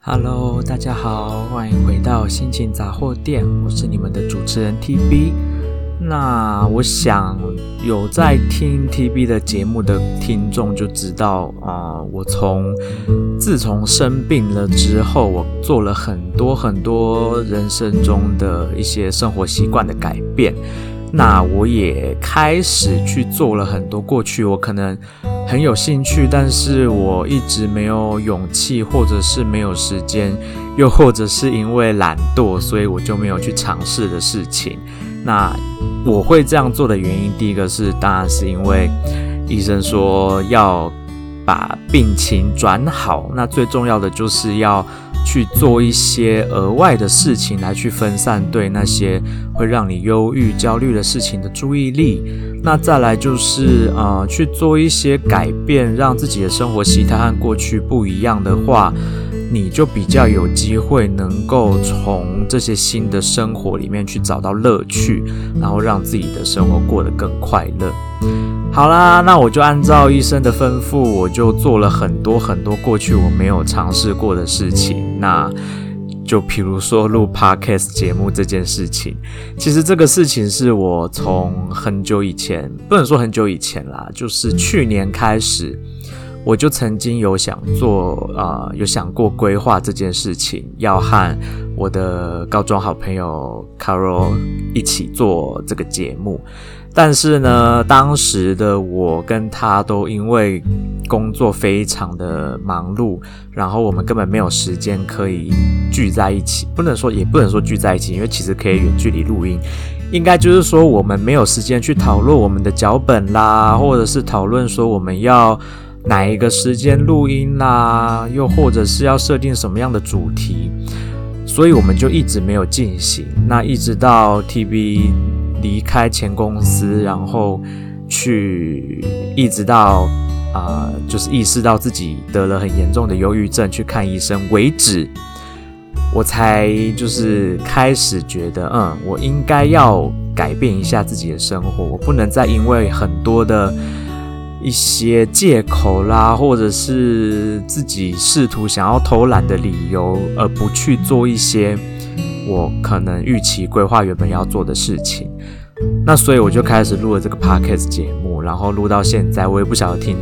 Hello， 大家好，欢迎回到心情杂货店，我是你们的主持人 TB。那我想有在听 TB 的节目的听众就知道，我自从生病了之后，我做了很多人生中的一些生活习惯的改变。那我也开始去做了很多过去我可能很有兴趣，但是我一直没有勇气，或者是没有时间，又或者是因为懒惰，所以我就没有去尝试的事情。那我会这样做的原因，第一个是当然是因为医生说要把病情转好，那最重要的就是要去做一些额外的事情来去分散对那些会让你忧郁焦虑的事情的注意力。那再来就是去做一些改变，让自己的生活形态和过去不一样的话，你就比较有机会能够从这些新的生活里面去找到乐趣，然后让自己的生活过得更快乐。好啦，那我就按照医生的吩咐，我就做了很多过去我没有尝试过的事情。那就比如说录 podcast 节目这件事情，其实这个事情是我从很久以前，不能说很久以前啦，就是去年开始，我就曾经有想过规划这件事情，要和我的高中好朋友 Carol 一起做这个节目。但是呢，当时的我跟他都因为工作非常的忙碌，然后我们根本没有时间可以聚在一起，也不能说聚在一起，因为其实可以远距离录音，应该就是说我们没有时间去讨论我们的脚本啦，或者是讨论说我们要哪一个时间录音啦，又或者是要设定什么样的主题，所以我们就一直没有进行。那一直到 TB 离开前公司，然后一直到就是意识到自己得了很严重的忧郁症，去看医生为止，我才就是开始觉得，我应该要改变一下自己的生活，我不能再因为很多的一些借口啦，或者是自己试图想要偷懒的理由，而不去做一些我可能预期规划原本要做的事情。那所以我就开始录了这个 podcast 节目，然后录到现在，我也不晓得听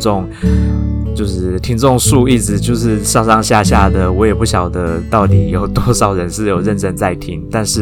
众数一直就是上下的，我也不晓得到底有多少人是有认真在听，但是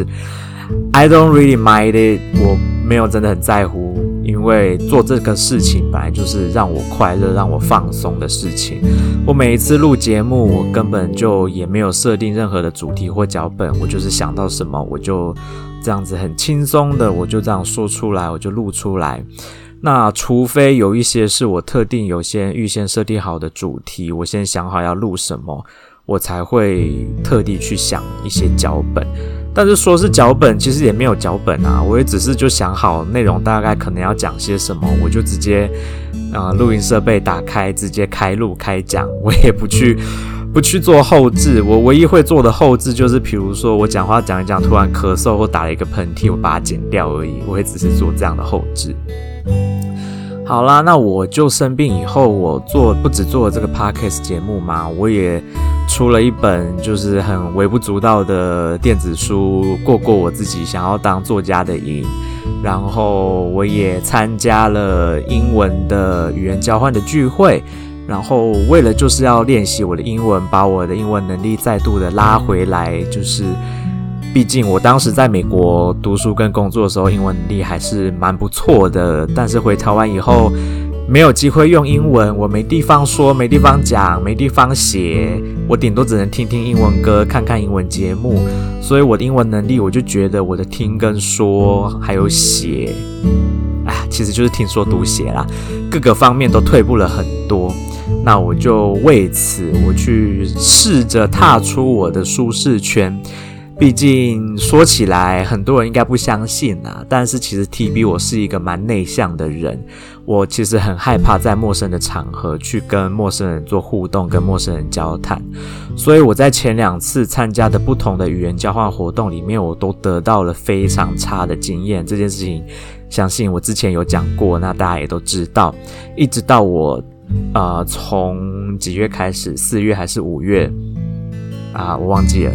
I don't really mind it， 我没有真的很在乎，因为做这个事情本来就是让我快乐让我放松的事情。我每一次录节目，我根本就也没有设定任何的主题或脚本，我就是想到什么我就这样子很轻松的，我就这样说出来，我就录出来。那除非有一些是我特定有些预先设定好的主题，我先想好要录什么，我才会特地去想一些脚本。但是说是脚本，其实也没有脚本啊，我也只是就想好内容大概可能要讲些什么，我就直接录音设备打开，直接开录开讲，我也不去做后制。我唯一会做的后制就是比如说我讲话讲一讲突然咳嗽或打了一个喷嚏，我把它剪掉而已，我会只是做这样的后制。好啦，那我就生病以后，我不只做了这个 podcast 节目嘛，我也出了一本就是很微不足道的电子书，过我自己想要当作家的瘾。然后我也参加了英文的语言交换的聚会，然后为了就是要练习我的英文，把我的英文能力再度的拉回来，就是毕竟我当时在美国读书跟工作的时候，英文能力还是蛮不错的，但是回台湾以后没有机会用英文，我没地方说，没地方讲，没地方写，我顶多只能听听英文歌，看看英文节目，所以我的英文能力，我就觉得我的听跟说还有写，其实就是听说读写啦，各个方面都退步了很多。那我就为此我去试着踏出我的舒适圈，毕竟说起来很多人应该不相信啦，但是其实 TB 我是一个蛮内向的人，我其实很害怕在陌生的场合去跟陌生人做互动，跟陌生人交谈，所以我在前2次参加的不同的语言交换活动里面，我都得到了非常差的经验。这件事情相信我之前有讲过，那大家也都知道，一直到我从几月开始，4月还是5月， 我忘记了。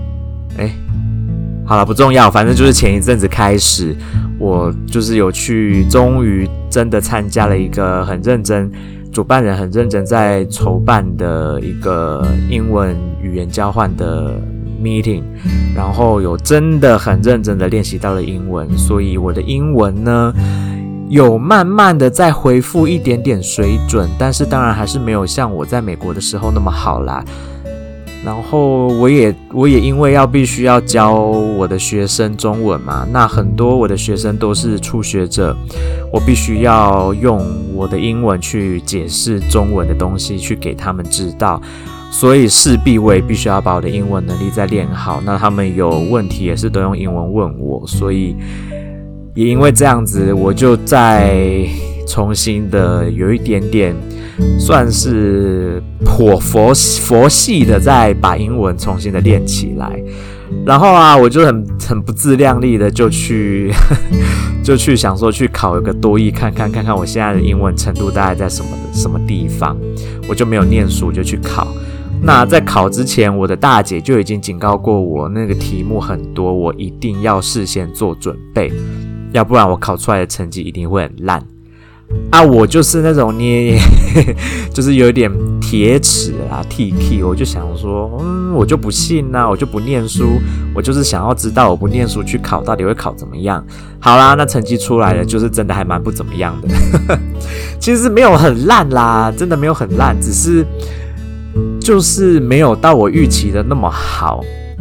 好了，不重要，反正就是前一阵子开始，我就是有终于真的参加了一个很认真，主办人很认真在筹办的一个英文语言交换的 meeting， 然后有真的很认真的练习到了英文，所以我的英文呢有慢慢的在恢复一点点水准，但是当然还是没有像我在美国的时候那么好啦。然后我也因为必须要教我的学生中文嘛，那很多我的学生都是初学者，我必须要用我的英文去解释中文的东西去给他们知道，所以势必我也必须要把我的英文能力再练好。那他们有问题也是都用英文问我，所以也因为这样子，我就再重新的有一点点算是佛系的再把英文重新的练起来。然后我就很不自量力的就去想说去考一个多益看看我现在的英文程度大概在什么地方，我就没有念书就去考。那在考之前，我的大姐就已经警告过我，那个题目很多，我一定要事先做准备，要不然我考出来的成绩一定会很烂。我就是那种就是有点铁齿啦 TK， 我就想说我就不信啦，我就不念书，我就是想要知道我不念书去考到底会考怎么样。好啦，那成绩出来了，就是真的还蛮不怎么样的其实没有很烂啦，真的没有很烂，只是就是没有到我预期的那么好，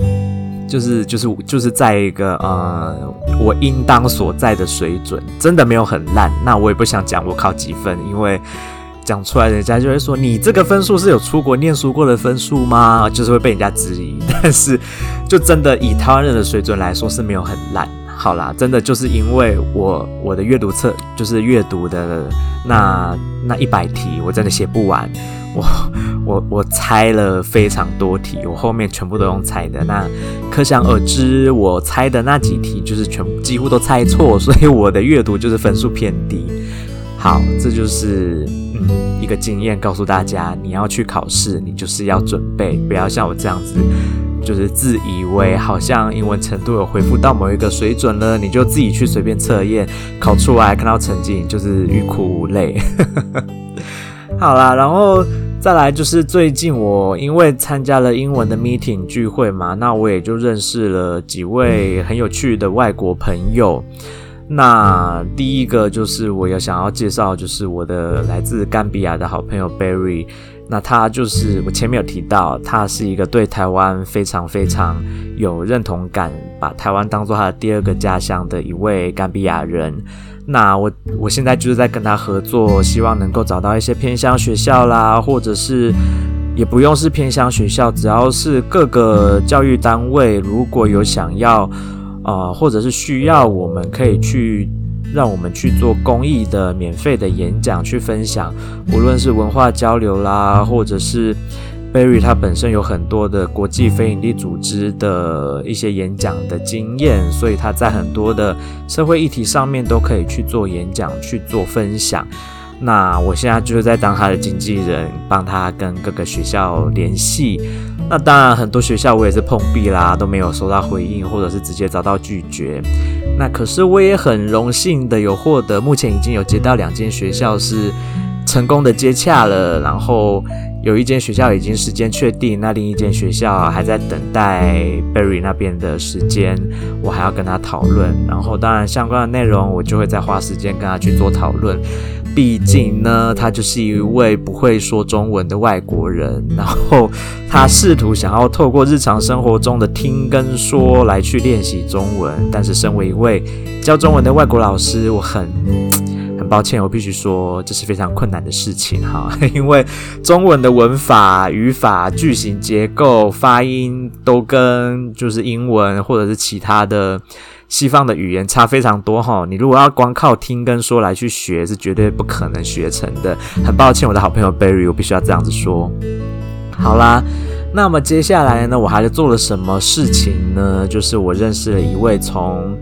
就是在一个我应当所在的水准，真的没有很烂。那我也不想讲我考几分，因为讲出来人家就会说你这个分数是有出国念书过的分数吗？就是会被人家质疑。但是就真的以台湾人的水准来说是没有很烂。好啦，真的就是因为我的阅读就是阅读的那100题我真的写不完，我猜了非常多题，我后面全部都用猜的，那可想而知我猜的那几题就是几乎都猜错，所以我的阅读就是分数偏低。好，这就是一个经验告诉大家，你要去考试你就是要准备，不要像我这样子就是自以为好像英文程度有恢复到某一个水准了，你就自己去随便测验，考出来看到成绩你就是欲哭无泪好啦，然后再来就是最近我因为参加了英文的 meeting 聚会嘛，那我也就认识了几位很有趣的外国朋友。那第一个就是我有想要介绍，就是我的来自甘比亚的好朋友 Barry。那他就是我前面有提到，他是一个对台湾非常非常有认同感，把台湾当作他的第二个家乡的一位甘比亚人。那我现在就是在跟他合作，希望能够找到一些偏乡学校啦，或者是也不用是偏乡学校，只要是各个教育单位如果有想要或者是需要，我们可以让我们去做公益的免费的演讲去分享，无论是文化交流啦，或者是 Barry 他本身有很多的国际非营利组织的一些演讲的经验，所以他在很多的社会议题上面都可以去做演讲去做分享。那我现在就是在当他的经纪人，帮他跟各个学校联系。那当然很多学校我也是碰壁啦，都没有收到回应，或者是直接遭到拒绝。那可是我也很荣幸的有获得，目前已经有接到2间学校是成功的接洽了，然后有一间学校已经时间确定，那另一间学校还在等待 Barry 那边的时间，我还要跟他讨论。然后当然相关的内容我就会再花时间跟他去做讨论，毕竟呢他就是一位不会说中文的外国人，然后他试图想要透过日常生活中的听跟说来去练习中文，但是身为一位教中文的外国老师，我很抱歉，我必须说这是非常困难的事情哈，因为中文的文法、语法、句型结构、发音都跟就是英文或者是其他的西方的语言差非常多哈。你如果要光靠听跟说来去学，是绝对不可能学成的。很抱歉，我的好朋友 Barry， 我必须要这样子说。好啦，那么接下来呢，我还做了什么事情呢？就是我认识了一位从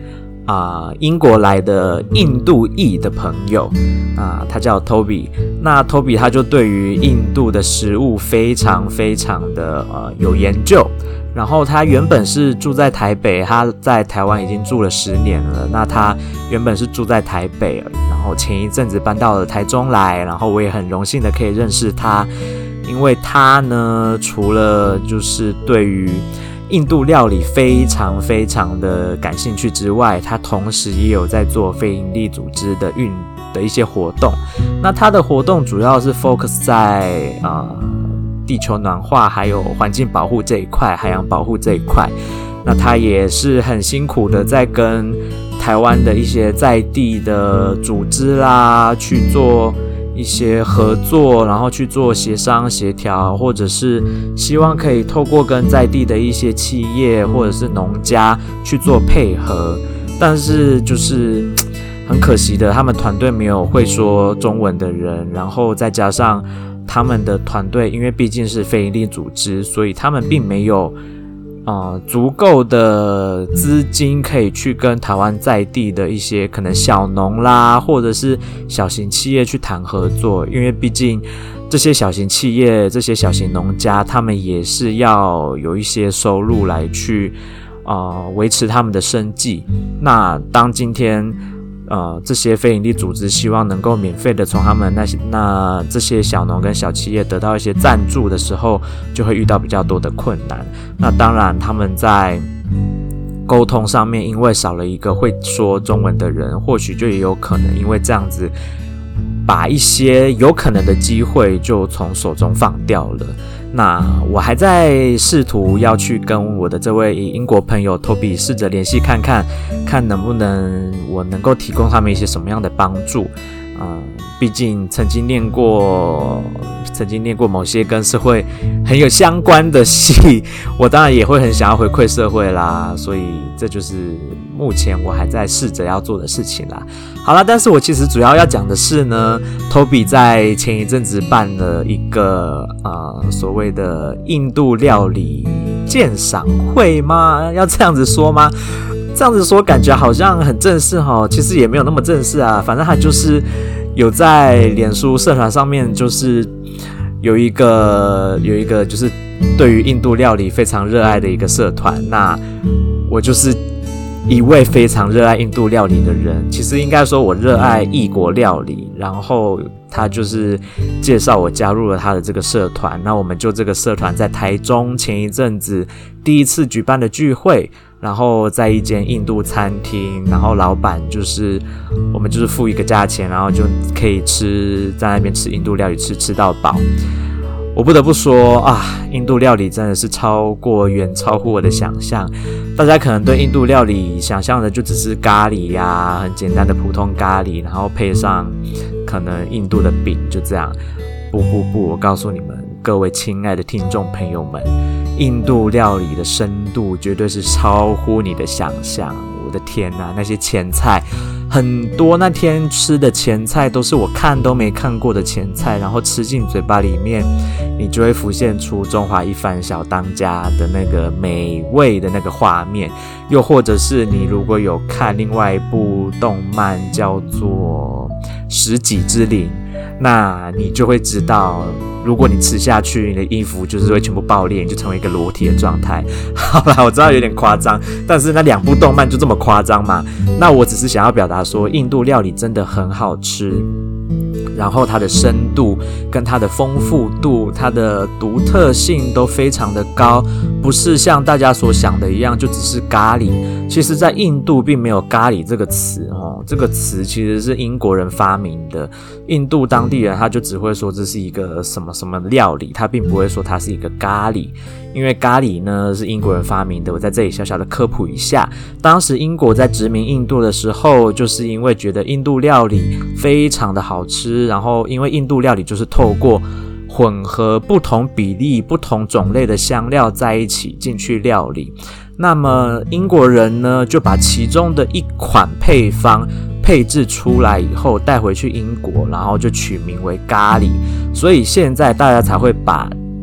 英国来的印度裔的朋友他叫 Toby。那 Toby 他就对于印度的食物非常非常的有研究。然后他原本是住在台北，他在台湾已经住了10年了。那他原本是住在台北，然后前一阵子搬到了台中来，然后我也很荣幸的可以认识他，因为他呢，除了就是对于印度料理非常非常的感兴趣之外，他同时也有在做非营利组织的一些活动。那他的活动主要是 focus 在地球暖化还有环境保护这一块，海洋保护这一块。那他也是很辛苦的在跟台湾的一些在地的组织啦去做一些合作，然后去做协商协调，或者是希望可以透过跟在地的一些企业或者是农家去做配合。但是就是很可惜的，他们团队没有会说中文的人，然后再加上他们的团队因为毕竟是非营利组织，所以他们并没有足够的资金可以去跟台湾在地的一些可能小农啦，或者是小型企业去谈合作。因为毕竟这些小型企业、这些小型农家，他们也是要有一些收入来去维持他们的生计。那当今天这些非营利组织希望能够免费的从他们这些小农跟小企业得到一些赞助的时候，就会遇到比较多的困难。那当然他们在沟通上面，因为少了一个会说中文的人，或许就也有可能因为这样子把一些有可能的机会就从手中放掉了。那我还在试图要去跟我的这位英国朋友 Toby 试着联系看能不能我能够提供他们一些什么样的帮助。毕竟曾经念过某些跟社会很有相关的系，我当然也会很想要回馈社会啦，所以这就是目前我还在试着要做的事情啦。好啦，但是我其实主要要讲的是呢 Toby 在前一阵子办了一个所谓的印度料理鉴赏会吗？要这样子说吗？这样子说感觉好像很正式齁，其实也没有那么正式啊。反正他就是有在脸书社团上面，就是有一个就是对于印度料理非常热爱的一个社团。那我就是一位非常热爱印度料理的人，其实应该说我热爱异国料理，然后他就是介绍我加入了他的这个社团。那我们就这个社团在台中前一阵子第一次举办的聚会，然后在一间印度餐厅，然后老板就是我们就是付一个价钱，然后就可以在那边吃印度料理，吃到饱。我不得不说印度料理真的是远超乎我的想象。大家可能对印度料理想象的就只是咖喱呀，很简单的普通咖喱，然后配上可能印度的饼，就这样。不，我告诉你们，各位亲爱的听众朋友们，印度料理的深度绝对是超乎你的想象。我的天哪，那些前菜很多，那天吃的前菜都是我看都没看过的前菜，然后吃进嘴巴里面，你就会浮现出中华一番小当家的那个美味的那个画面。又或者是你如果有看另外一部动漫叫做《食戟之灵》，那你就会知道，如果你吃下去，你的衣服就是会全部爆裂，你就成为一个裸体的状态。好啦，我知道有点夸张，但是那2部动漫就这么夸张嘛？那我只是想要表达说，印度料理真的很好吃，然后它的深度跟它的丰富度，它的独特性都非常的高，不是像大家所想的一样就只是咖喱。其实在印度并没有咖喱这个词这个词其实是英国人发明的。印度当地人他就只会说这是一个什么什么料理，他并不会说它是一个咖喱，因为咖喱呢是英国人发明的。我在这里小小的科普一下，当时英国在殖民印度的时候，就是因为觉得印度料理非常的好吃，然后因为印度料理就是透过混合不同比例、不同种类的香料在一起进去料理，那么英国人呢就把其中的一款配方配制出来以后带回去英国，然后就取名为咖喱。所以现在大家才会把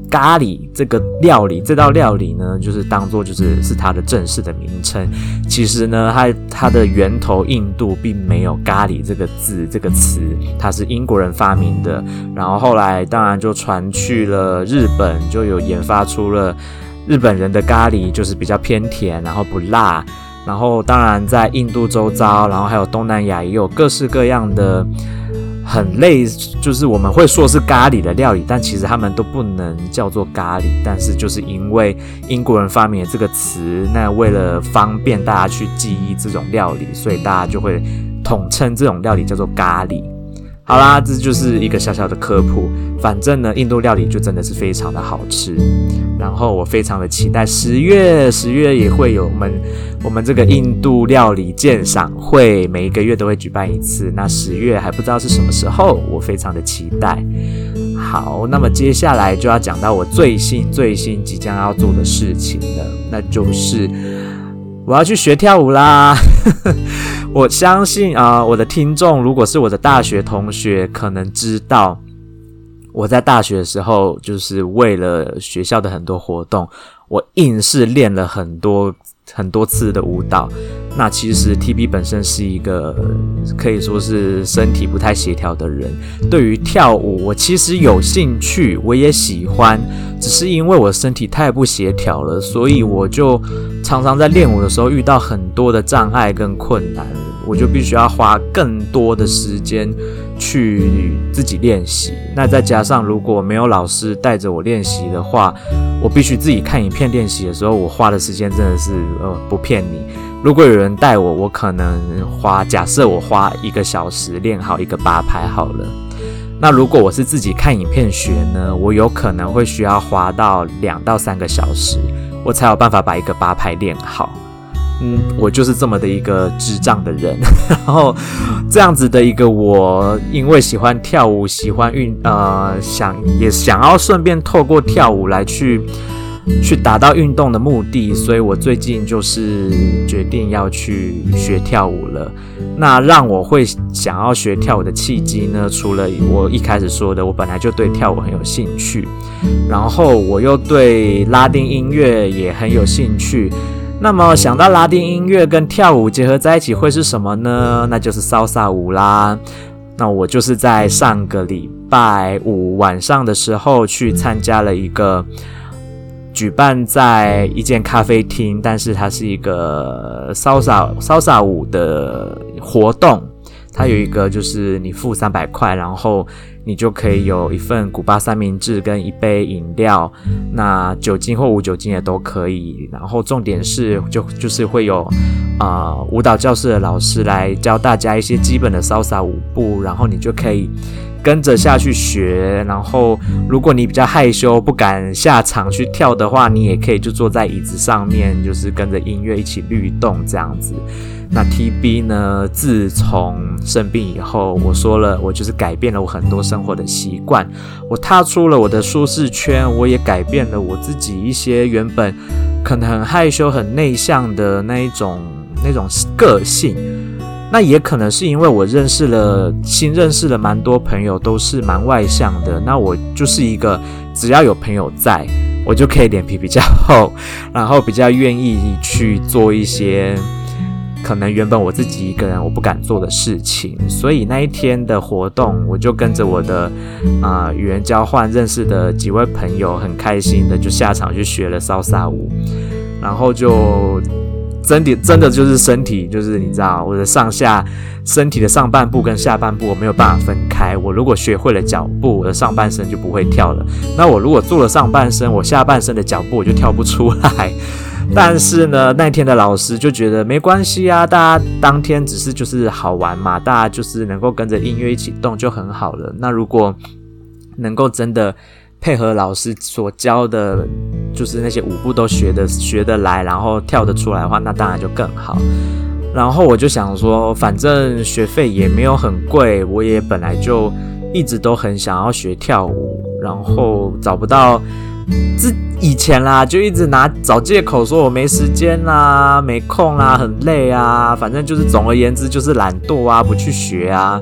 咖喱这个料理，这道料理呢，就是当作是它的正式的名称。其实呢，它的源头印度并没有咖喱这个字这个词，它是英国人发明的。然后后来当然就传去了日本，就有研发出了日本人的咖喱，就是比较偏甜，然后不辣。然后当然在印度周遭，然后还有东南亚也有各式各样的。很类似，就是我们会说是咖喱的料理，但其实他们都不能叫做咖喱。但是就是因为英国人发明了这个词，那为了方便大家去记忆这种料理，所以大家就会统称这种料理叫做咖喱。好啦，这就是一个小小的科普。反正呢，印度料理就真的是非常的好吃。然后我非常的期待10月也会有我们这个印度料理鉴赏会，每一个月都会举办一次。那10月还不知道是什么时候，我非常的期待。好，那么接下来就要讲到我最新即将要做的事情了，那就是我要去学跳舞啦。我相信我的听众如果是我的大学同学，可能知道我在大学的时候，就是为了学校的很多活动，我硬是练了很多次的舞蹈。那其实 TB 本身是一个可以说是身体不太协调的人，对于跳舞我其实有兴趣，我也喜欢，只是因为我身体太不协调了，所以我就常常在练舞的时候遇到很多的障碍跟困难，我就必须要花更多的时间去自己练习。那再加上如果没有老师带着我练习的话，我必须自己看影片练习的时候，我花的时间真的是不骗你，如果有人带我，我可能假设我花1个小时练好一个八拍好了。那如果我是自己看影片学呢，我有可能会需要花到2到3个小时，我才有办法把一个八拍练好。我就是这么的一个智障的人。然后这样子的一个我，因为喜欢跳舞，喜欢想要顺便透过跳舞来去达到运动的目的，所以我最近就是决定要去学跳舞了。那让我会想要学跳舞的契机呢，除了我一开始说的，我本来就对跳舞很有兴趣，然后我又对拉丁音乐也很有兴趣。那么想到拉丁音乐跟跳舞结合在一起会是什么呢？那就是salsa舞啦。那我就是在上个礼拜5晚上的时候去参加了一个举办在一间咖啡厅，但是它是一个salsa舞的活动。它有一个就是你付300块，然后你就可以有一份古巴三明治跟一杯饮料，那酒精或无酒精也都可以。然后重点是就是会有舞蹈教室的老师来教大家一些基本的salsa舞步，然后你就可以跟着下去学。然后如果你比较害羞不敢下场去跳的话，你也可以就坐在椅子上面，就是跟着音乐一起律动这样子。那 TB 呢，自从生病以后，我说了，我就是改变了我很多生活的习惯，我踏出了我的舒适圈，我也改变了我自己一些原本可能很害羞很内向的那种个性。那也可能是因为我新认识了蛮多朋友，都是蛮外向的。那我就是一个只要有朋友在，我就可以脸皮比较厚，然后比较愿意去做一些可能原本我自己一个人我不敢做的事情。所以那一天的活动，我就跟着我的语言交换认识的几位朋友，很开心的就下场去学了salsa舞，然后就真的就是身体，就是你知道我的身体的上半部跟下半部我没有办法分开。我如果学会了脚步，我的上半身就不会跳了。那我如果做了上半身，我下半身的脚步我就跳不出来。但是呢，那天的老师就觉得没关系啊，大家当天只是就是好玩嘛，大家就是能够跟着音乐一起动就很好了。那如果能够真的配合老师所教的，就是那些舞步都学得来，然后跳得出来的话，那当然就更好。然后我就想说，反正学费也没有很贵，我也本来就一直都很想要学跳舞，然后找不到，以前啦就一直找借口说我没时间啦、没空啦、很累啊，反正就是总而言之就是懒惰啊，不去学啊。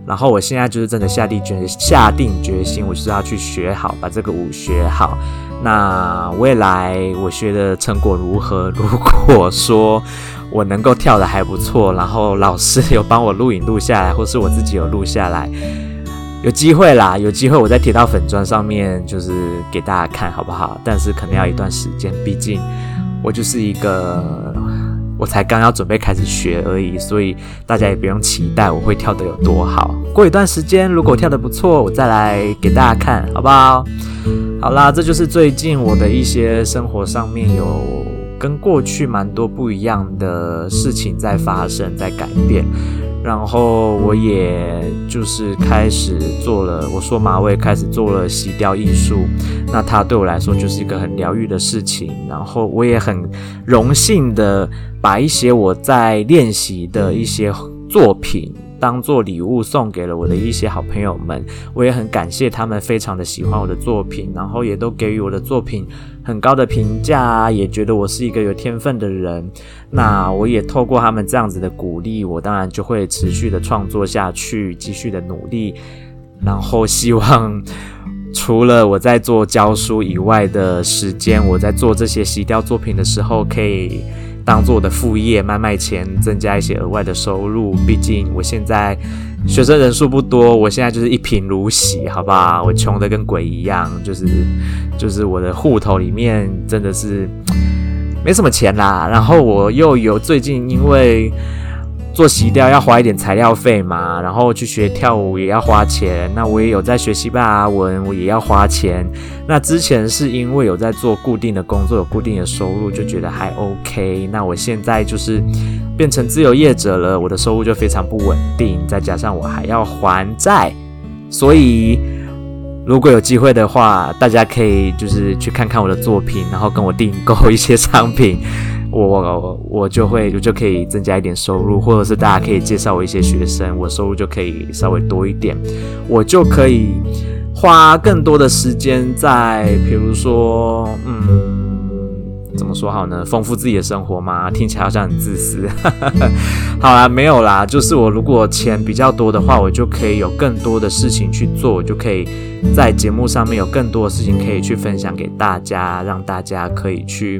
然后我现在就是真的下定决心，我就是要去学好，把这个舞学好。那未来我学的成果如何？如果说我能够跳得还不错，然后老师有帮我录影录下来，或是我自己有录下来，有机会我在铁道粉专上面就是给大家看好不好？但是可能要一段时间，毕竟我就是我才刚要准备开始学而已，所以大家也不用期待我会跳得有多好。过一段时间，如果跳得不错，我再来给大家看，好不好？好啦，这就是最近我的一些生活上面有跟过去蛮多不一样的事情在发生，在改变。然后我也就是开始做了，我说嘛，我也开始做了洗雕艺术，那它对我来说就是一个很疗愈的事情。然后我也很荣幸的把一些我在练习的一些作品当做礼物送给了我的一些好朋友们，我也很感谢他们非常的喜欢我的作品，然后也都给予我的作品很高的评价，也觉得我是一个有天分的人。那我也透过他们这样子的鼓励，我当然就会持续的创作下去，继续的努力，然后希望除了我在做教书以外的时间，我在做这些洗雕作品的时候，可以当做我的副业，卖钱，增加一些额外的收入。毕竟我现在学生人数不多，我现在就是一贫如洗，好不好？我穷得跟鬼一样，就是我的户头里面真的是没什么钱啦。然后我又有最近因为做洗雕要花一点材料费嘛，然后去学跳舞也要花钱，那我也有在学西班牙文，我也要花钱。那之前是因为有在做固定的工作，有固定的收入，就觉得还 OK。那我现在就是变成自由业者了，我的收入就非常不稳定，再加上我还要还债，所以如果有机会的话，大家可以就是去看看我的作品，然后跟我订购一些商品，我就可以增加一点收入，或者是大家可以介绍我一些学生，我收入就可以稍微多一点，我就可以花更多的时间在比如说怎么说好呢？丰富自己的生活嘛，听起来好像很自私。好啦，没有啦，就是我如果钱比较多的话，我就可以有更多的事情去做，我就可以在节目上面有更多的事情可以去分享给大家，让大家可以去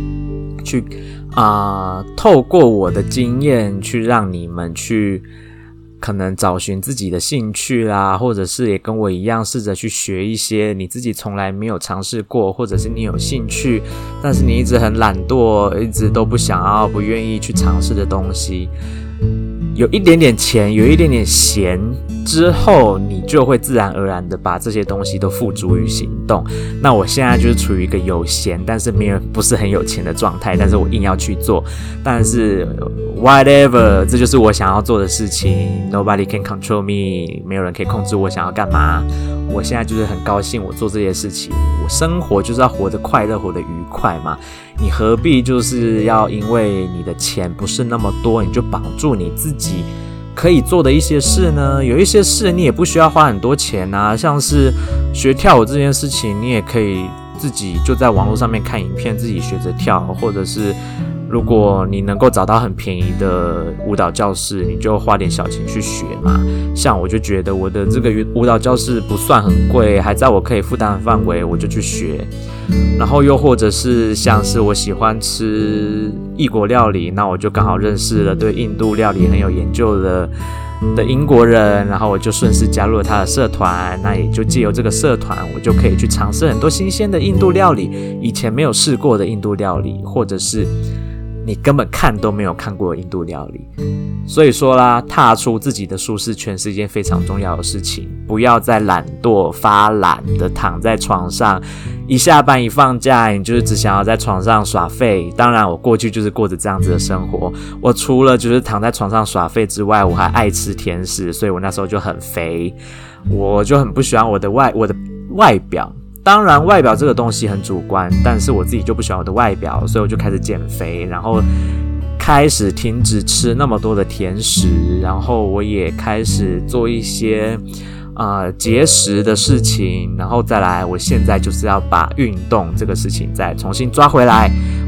透过我的经验去让你们去可能找寻自己的兴趣啦，或者是也跟我一样试着去学一些你自己从来没有尝试过，或者是你有兴趣但是你一直很懒惰，一直都不愿意去尝试的东西。有一点点钱，有一点点闲之后，你就会自然而然的把这些东西都付诸于行动。那我现在就是处于一个有闲但是不是很有钱的状态，但是我硬要去做，但是 whatever， 这就是我想要做的事情。 Nobody can control me， 没有人可以控制我想要干嘛。我现在就是很高兴我做这些事情，我生活就是要活得快乐，活得愉快嘛。你何必就是要因为你的钱不是那么多，你就绑住你自己可以做的一些事呢？有一些事你也不需要花很多钱啊，像是学跳舞这件事情，你也可以自己就在网络上面看影片，自己学着跳，或者是如果你能够找到很便宜的舞蹈教室，你就花点小钱去学嘛。像我就觉得我的这个舞蹈教室不算很贵，还在我可以负担的范围，我就去学。然后又或者是像是我喜欢吃异国料理，那我就刚好认识了对印度料理很有研究的英国人，然后我就顺势加入了他的社团。那也就借由这个社团，我就可以去尝试很多新鲜的印度料理，以前没有试过的印度料理，或者是你根本看都没有看过的印度料理。所以说啦，踏出自己的舒适圈是一件非常重要的事情，不要再懒惰发懒的躺在床上，一下班一放假你就是只想要在床上耍废。当然我过去就是过着这样子的生活，我除了就是躺在床上耍废之外，我还爱吃甜食，所以我那时候就很肥，我就很不喜欢我的外表。当然外表这个东西很主观，但是我自己就不喜欢我的外表，所以我就开始减肥，然后开始停止吃那么多的甜食，然后我也开始做一些节食的事情，然后再来我现在就是要把运动这个事情再重新抓回来。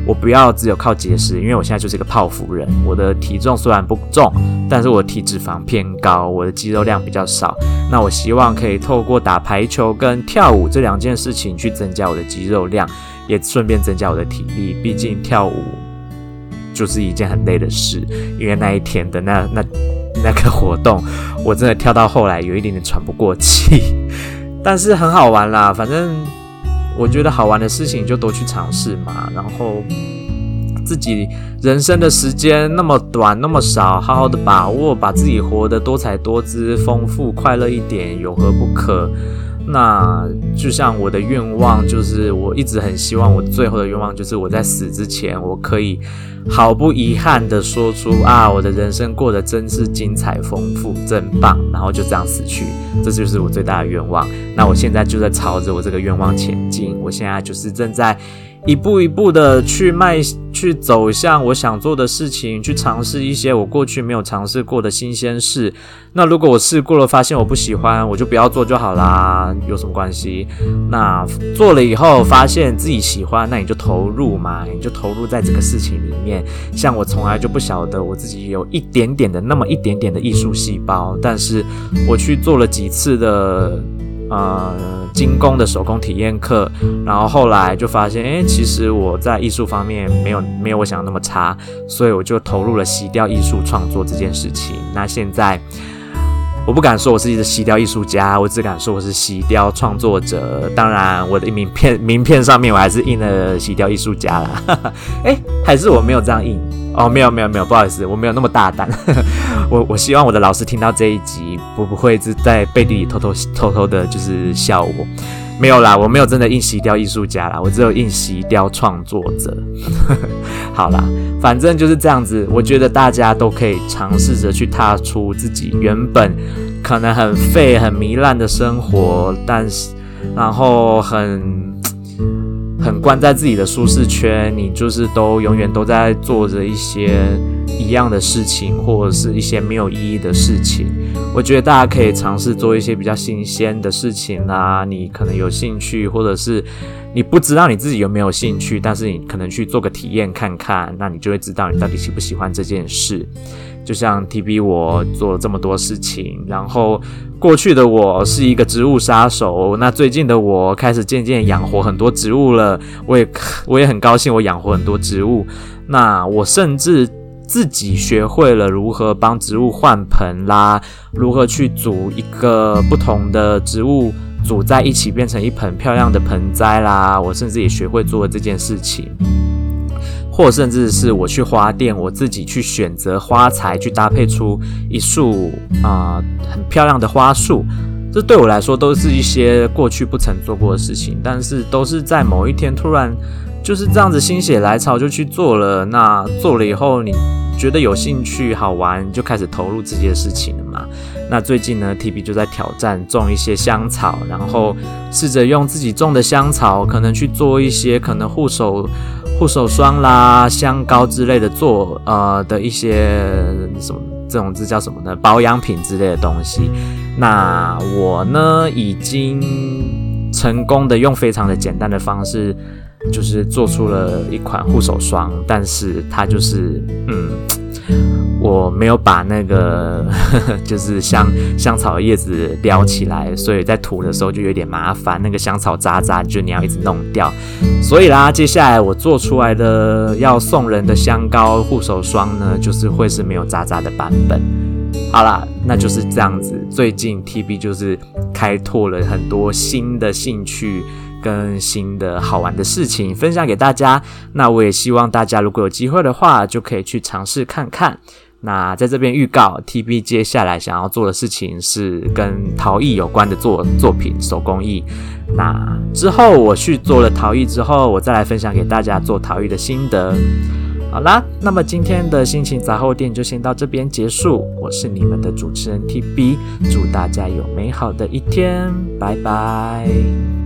我不要只有靠节食，因为我现在就是一个泡芙人，我的体重虽然不重，但是我的体脂肪偏高，我的肌肉量比较少。那我希望可以透过打排球跟跳舞这2件事情去增加我的肌肉量，也顺便增加我的体力。毕竟跳舞就是一件很累的事，因为那一天的那个活动，我真的跳到后来有一点点喘不过气，但是很好玩啦。反正我觉得好玩的事情就都去尝试嘛，然后自己人生的时间那么短那么少，好好的把握，把自己活得多彩多姿、丰富快乐一点，有何不可？那就像我的愿望，就是我一直很希望，我最后的愿望就是我在死之前，我可以毫不遗憾的说出我的人生过得真是精彩丰富，真棒，然后就这样死去，这就是我最大的愿望。那我现在就在朝着我这个愿望前进，我现在就是正在一步一步的去走向我想做的事情，去尝试一些我过去没有尝试过的新鲜事。那如果我试过了发现我不喜欢，我就不要做就好啦，有什么关系？那做了以后发现自己喜欢，那你就投入嘛，你就投入在这个事情里面。像我从来就不晓得我自己有一点点的那么一点点的艺术细胞，但是我去做了几次的精工的手工体验课，然后后来就发现其实我在艺术方面没有我想的那么差，所以我就投入了洗雕艺术创作这件事情。那现在我不敢说我是一个洗雕艺术家，我只敢说我是洗雕创作者。当然我的名片上面我还是印了洗雕艺术家啦还是我没有这样印没有，不好意思，我没有那么大胆我希望我的老师听到这一集不会是在背地里偷偷的就是笑我。没有啦，我没有真的印洗雕艺术家啦，我只有印洗雕创作者好啦，反正就是这样子。我觉得大家都可以尝试着去踏出自己原本可能很废很糜烂的生活，但是然后很关在自己的舒适圈，你就是永远都在做着一些一样的事情，或者是一些没有意义的事情。我觉得大家可以尝试做一些比较新鲜的事情啦，你可能有兴趣，或者是你不知道你自己有没有兴趣，但是你可能去做个体验看看，那你就会知道你到底喜不喜欢这件事。就像 TB 我做了这么多事情，然后过去的我是一个植物杀手，那最近的我开始渐渐养活很多植物了，我也很高兴我养活很多植物。那我甚至自己学会了如何帮植物换盆啦，如何去组一个不同的植物组在一起变成一盆漂亮的盆栽啦，我甚至也学会做了这件事情。或甚至是我去花店，我自己去选择花材，去搭配出一束很漂亮的花束。这对我来说都是一些过去不曾做过的事情，但是都是在某一天突然就是这样子心血来潮就去做了。那做了以后你觉得有兴趣好玩，你就开始投入这件事情了嘛。那最近呢 TB 就在挑战种一些香草，然后试着用自己种的香草可能去做一些可能护手霜啦、香膏之类的的一些什么这叫什么呢？保养品之类的东西。那我呢已经成功的用非常的简单的方式，就是做出了一款护手霜，但是它就是我没有把那个就是香草的叶子撩起来，所以在涂的时候就有点麻烦，那个香草渣渣就你要一直弄掉。所以啦，接下来我做出来的要送人的香膏护手霜呢，就是会是没有渣渣的版本。好啦，那就是这样子。最近 TB 就是开拓了很多新的兴趣跟新的好玩的事情分享给大家，那我也希望大家如果有机会的话就可以去尝试看看。那在这边预告 TB 接下来想要做的事情是跟陶艺有关的作品，手工艺。那之后我去做了陶艺之后，我再来分享给大家做陶艺的心得。好啦，那么今天的心情杂货店就先到这边结束，我是你们的主持人 TB， 祝大家有美好的一天，拜拜。